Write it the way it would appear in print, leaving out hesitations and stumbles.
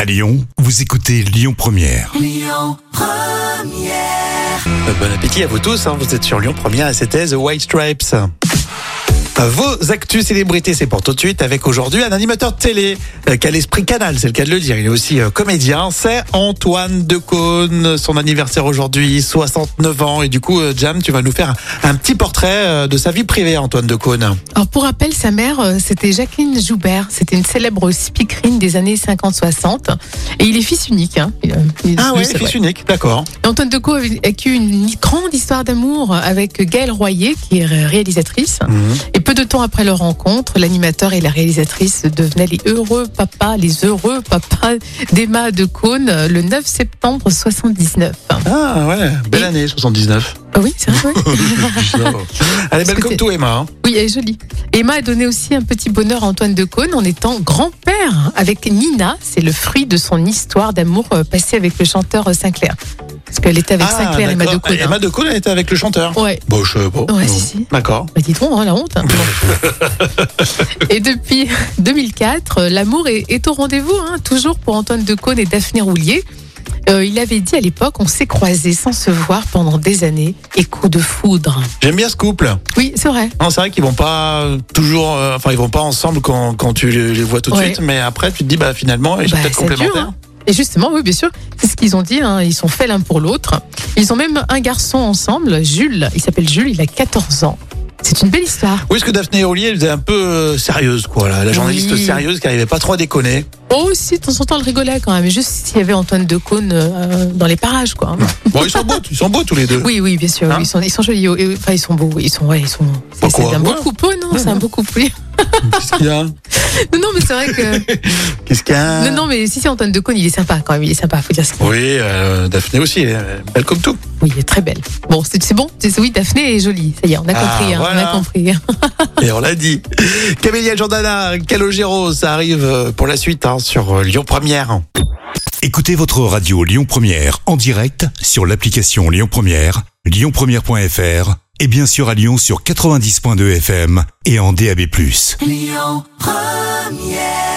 À Lyon, vous écoutez Lyon Première. Bon appétit à vous tous, vous êtes sur Lyon Première et c'était The White Stripes. Vos actus célébrités, c'est pour tout de suite avec aujourd'hui un animateur de télé qui a l'esprit canal, c'est le cas de le dire. Il est aussi comédien, c'est Antoine Decaune. Son anniversaire aujourd'hui, 69 ans. Et du coup, Jam, tu vas nous faire un petit portrait de sa vie privée, Antoine Decaune. Alors pour rappel, sa mère, c'était Jacqueline Joubert. C'était une célèbre speakerine des années 50-60. Et il est fils unique. Fils unique, d'accord. Antoine Decaune a vécu une grande histoire d'amour avec Gaëlle Royer, qui est réalisatrice. Et peu de temps après leur rencontre, l'animateur et la réalisatrice devenaient les heureux papas d'Emma Decaune le 9 septembre 79. Ah ouais, belle année 79. Ah oui, c'est vrai. Oui. Elle est belle comme tout, Emma. Oui, elle est jolie. Emma a donné aussi un petit bonheur à Antoine Decaune en étant grand-père avec Nina. C'est le fruit de son histoire d'amour passée avec le chanteur Sinclair. Parce qu'elle était avec Sinclair, Emma Decaune. Emma Decaune, elle était avec le chanteur. Ouais. Bon, je sais pas. Ouais, si. D'accord. Bah, dis donc, la honte. Et depuis 2004, l'amour est au rendez-vous, toujours pour Antoine Decaune et Daphné Roulier. Il avait dit à l'époque, on s'est croisés sans se voir pendant des années et coup de foudre. J'aime bien ce couple. Oui, c'est vrai. Non, c'est vrai qu'ils vont pas toujours, ils vont pas ensemble quand tu les vois tout de suite, mais après tu te dis finalement ils sont peut-être complémentaires. Et justement, oui, bien sûr, c'est ce qu'ils ont dit, ils sont faits l'un pour l'autre. Ils ont même un garçon ensemble, Jules, il s'appelle Jules, il a 14 ans. C'est une belle histoire. Oui, parce que Daphné Roulier, elle était un peu sérieuse, quoi, la journaliste sérieuse qui n'arrivait pas trop à déconner. Oh, si, de temps en temps, elle rigolait quand même, juste s'il y avait Antoine Decaune dans les parages, quoi. Bon, ils sont beaux tous les deux. Oui, bien sûr, ils sont jolis, enfin, ils sont beaux, ils sont. C'est un beau couple, non, c'est un beau couple, oui. Qu'est-ce qu'il y a? Non, mais c'est vrai que. Qu'est-ce qu'il y a? Non, mais si Antoine Decaune, il est sympa quand même, il est sympa, faut dire ce qu'il Oui, Daphné aussi, elle est belle comme tout. Oui, elle est très belle. Bon, c'est bon? Oui, Daphné est jolie, ça y est, on a compris, voilà. On a compris. Et on l'a dit. Camélia Jordana, Calogero, ça arrive pour la suite sur Lyon Première. Écoutez votre radio Lyon Première en direct sur l'application Lyon Première, lyonpremière.fr et bien sûr à Lyon sur 90.2 FM et en DAB+. Lyon Première.